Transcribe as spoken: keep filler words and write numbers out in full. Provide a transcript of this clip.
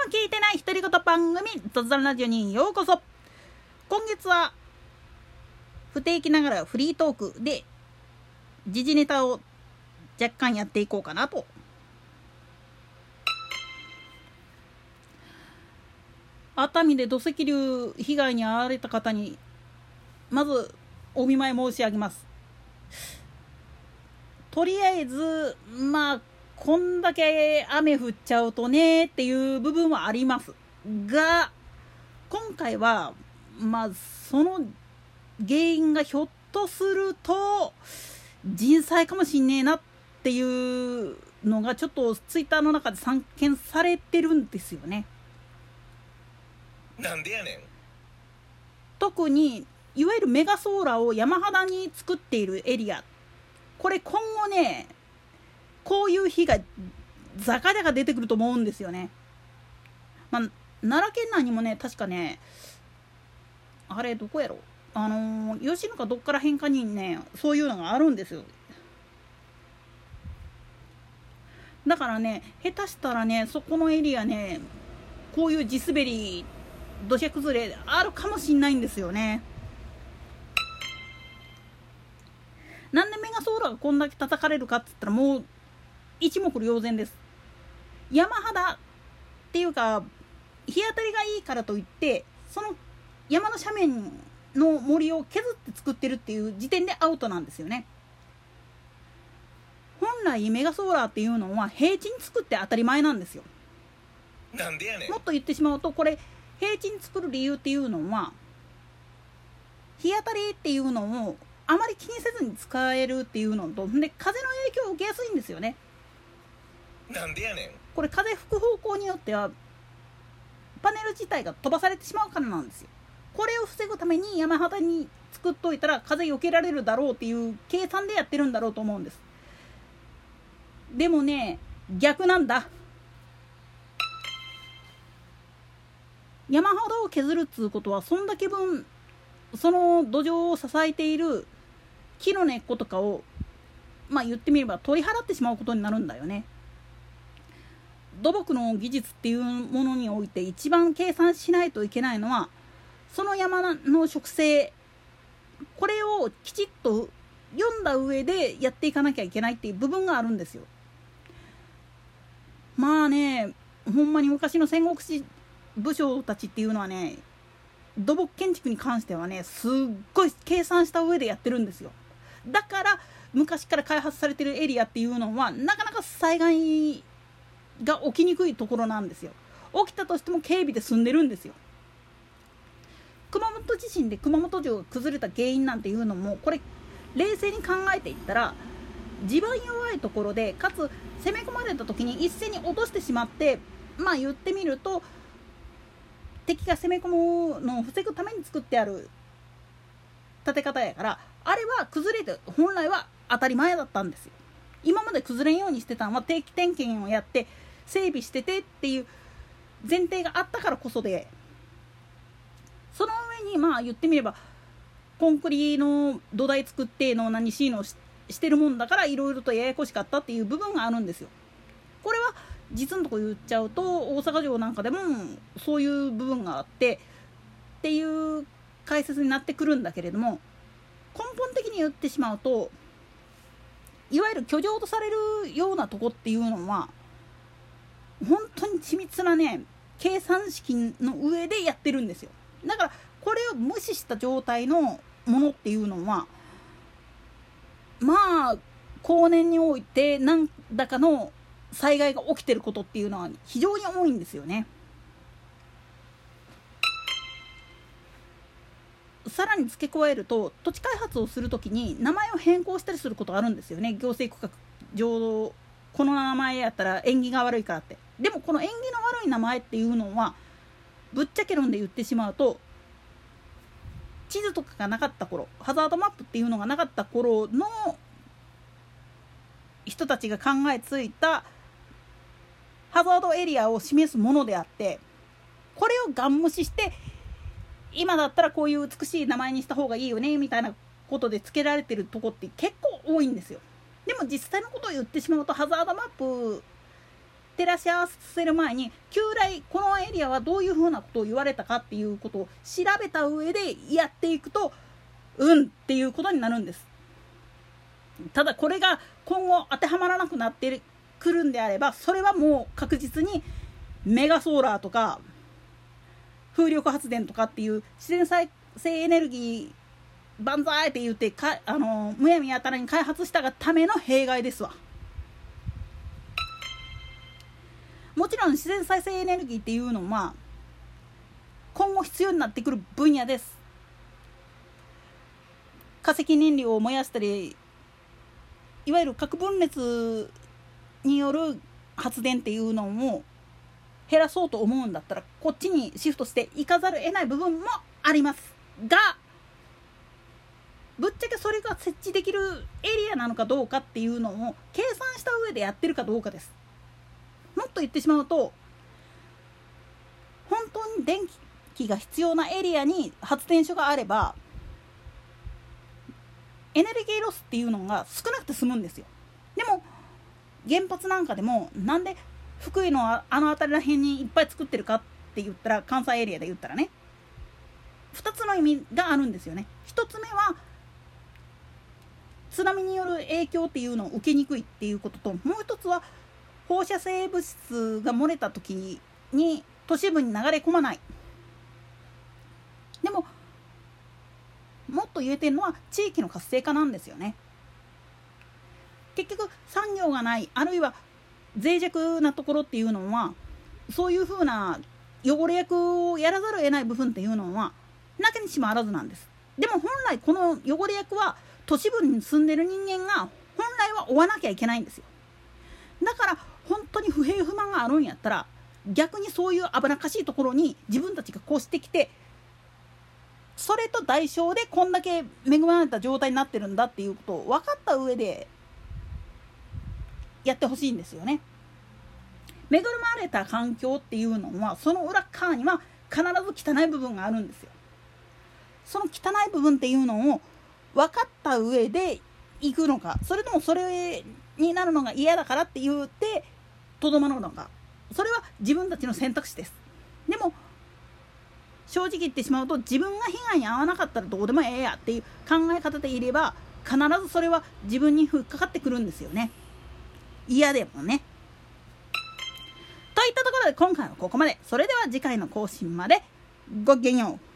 聞いてない独り言番組雑談ラジオにようこそ。今月は不定期ながらフリートークで時事ネタを若干やっていこうかなと。熱海で土石流被害に遭われた方にまずお見舞い申し上げます。とりあえずまあこんだけ雨降っちゃうとねっていう部分はありますが、今回はまあその原因がひょっとすると人災かもしんねえなっていうのがちょっとツイッターの中で散見されてるんですよね。 なんでやねん。 特にいわゆるメガソーラーを山肌に作っているエリア、これ今後ねこういう日がザカザカ出てくると思うんですよね。まあ、奈良県内にもね確かねあれどこやろあのー、吉野かどっから変化にねそういうのがあるんですよ。だからね下手したらねそこのエリアねこういう地滑り土砂崩れあるかもしんないんですよね。なんでメガソーラーがこんだけ叩かれるかって言ったらもう一目瞭然です。山肌っていうか日当たりがいいからといってその山の斜面の森を削って作ってるっていう時点でアウトなんですよね。本来メガソーラーっていうのは平地に作って当たり前なんですよ。 なんでやねん。 もっと言ってしまうとこれ平地に作る理由っていうのは日当たりっていうのをあまり気にせずに使えるっていうのとで風の影響を受けやすいんですよね。 なんでやねん。 これ風吹く方向によってはパネル自体が飛ばされてしまうからなんですよ。これを防ぐために山肌に作っといたら風避けられるだろうっていう計算でやってるんだろうと思うんです。でもね逆なんだ。山肌を削るっつうことはそんだけ分その土壌を支えている木の根っことかをまあ言ってみれば取り払ってしまうことになるんだよね。土木の技術っていうものにおいて一番計算しないといけないのはその山の植生、これをきちっと読んだ上でやっていかなきゃいけないっていう部分があるんですよ。まあねほんまに昔の戦国時武将たちっていうのはね土木建築に関してはねすっごい計算した上でやってるんですよ。だから昔から開発されてるエリアっていうのはなかなか災害が起きにくいところなんですよ。起きたとしても警備で済んでるんですよ。熊本地震で熊本城が崩れた原因なんていうのもこれ冷静に考えていったら地盤弱いところでかつ攻め込まれた時に一斉に落としてしまってまあ言ってみると敵が攻め込むのを防ぐために作ってある建て方やからあれは崩れて本来は当たり前だったんですよ。今まで崩れんようにしてたのは定期点検をやって整備しててっていう前提があったからこそで、その上にまあ言ってみればコンクリの土台作っての何しの し, してるもんだからいろいろとややこしかったっていう部分があるんですよ。これは実のとこ言っちゃうと大阪城なんかでもそういう部分があってっていう解説になってくるんだけれども、根本的に言ってしまうといわゆる居城とされるようなとこっていうのは本当に緻密なね計算式の上でやってるんですよ。だからこれを無視した状態のものっていうのはまあ後年において何らかの災害が起きてることっていうのは非常に多いんですよね。さらに付け加えると土地開発をするときに名前を変更したりすることがあるんですよね。行政区画上この名前やったら縁起が悪いからって。でもこの縁起の悪い名前っていうのはぶっちゃけ論で言ってしまうと地図とかがなかった頃ハザードマップっていうのがなかった頃の人たちが考えついたハザードエリアを示すものであってこれをガン無視して今だったらこういう美しい名前にした方がいいよねみたいなことで付けられてるとこって結構多いんですよ。でも実際のことを言ってしまうとハザードマップ照らし合わせる前に旧来このエリアはどういうふうなことを言われたかっていうことを調べた上でやっていくとうんっていうことになるんです。ただこれが今後当てはまらなくなってくるんであれば、それはもう確実にメガソーラーとか風力発電とかっていう自然再生エネルギー万歳って言ってかあのむやみやたらに開発したがための弊害ですわ。もちろん自然再生エネルギーっていうのは今後必要になってくる分野です。化石燃料を燃やしたり、いわゆる核分裂による発電っていうのを減らそうと思うんだったらこっちにシフトしていかざるを得ない部分もありますが、ぶっちゃけそれが設置できるエリアなのかどうかっていうのを計算した上でやってるかどうかです。もっと言ってしまうと、本当に電気が必要なエリアに発電所があればエネルギーロスっていうのが少なくて済むんですよ。でも原発なんかでもなんで福井のあの辺りらへんにいっぱい作ってるかって言ったら、関西エリアで言ったらね、ふたつの意味があるんですよね。ひとつめは津波による影響っていうのを受けにくいっていうことと、もう一つは放射性物質が漏れた時に都市部に流れ込まない。でももっと言えてるのは地域の活性化なんですよね。結局産業がない、あるいは脆弱なところっていうのはそういうふうな汚れ役をやらざるを得ない部分っていうのはなきにしもあらずなんです。でも本来この汚れ役は都市部に住んでる人間が本来は負わなきゃいけないんですよ。だから本当に不平不満があるんやったら逆にそういう危なっかしいところに自分たちが越してきて、それと代償でこんだけ恵まれた状態になってるんだっていうことを分かった上でやってほしいんですよね。恵まれた環境っていうのはその裏側には必ず汚い部分があるんですよ。その汚い部分っていうのを分かった上で行くのか、それともそれになるのが嫌だからって言ってとどまるのか、それは自分たちの選択肢です。でも正直言ってしまうと、自分が被害に遭わなかったらどうでもええやっていう考え方でいれば必ずそれは自分に降っかかってくるんですよね。嫌でもね。といったところで今回はここまで。それでは次回の更新までごきげんよう。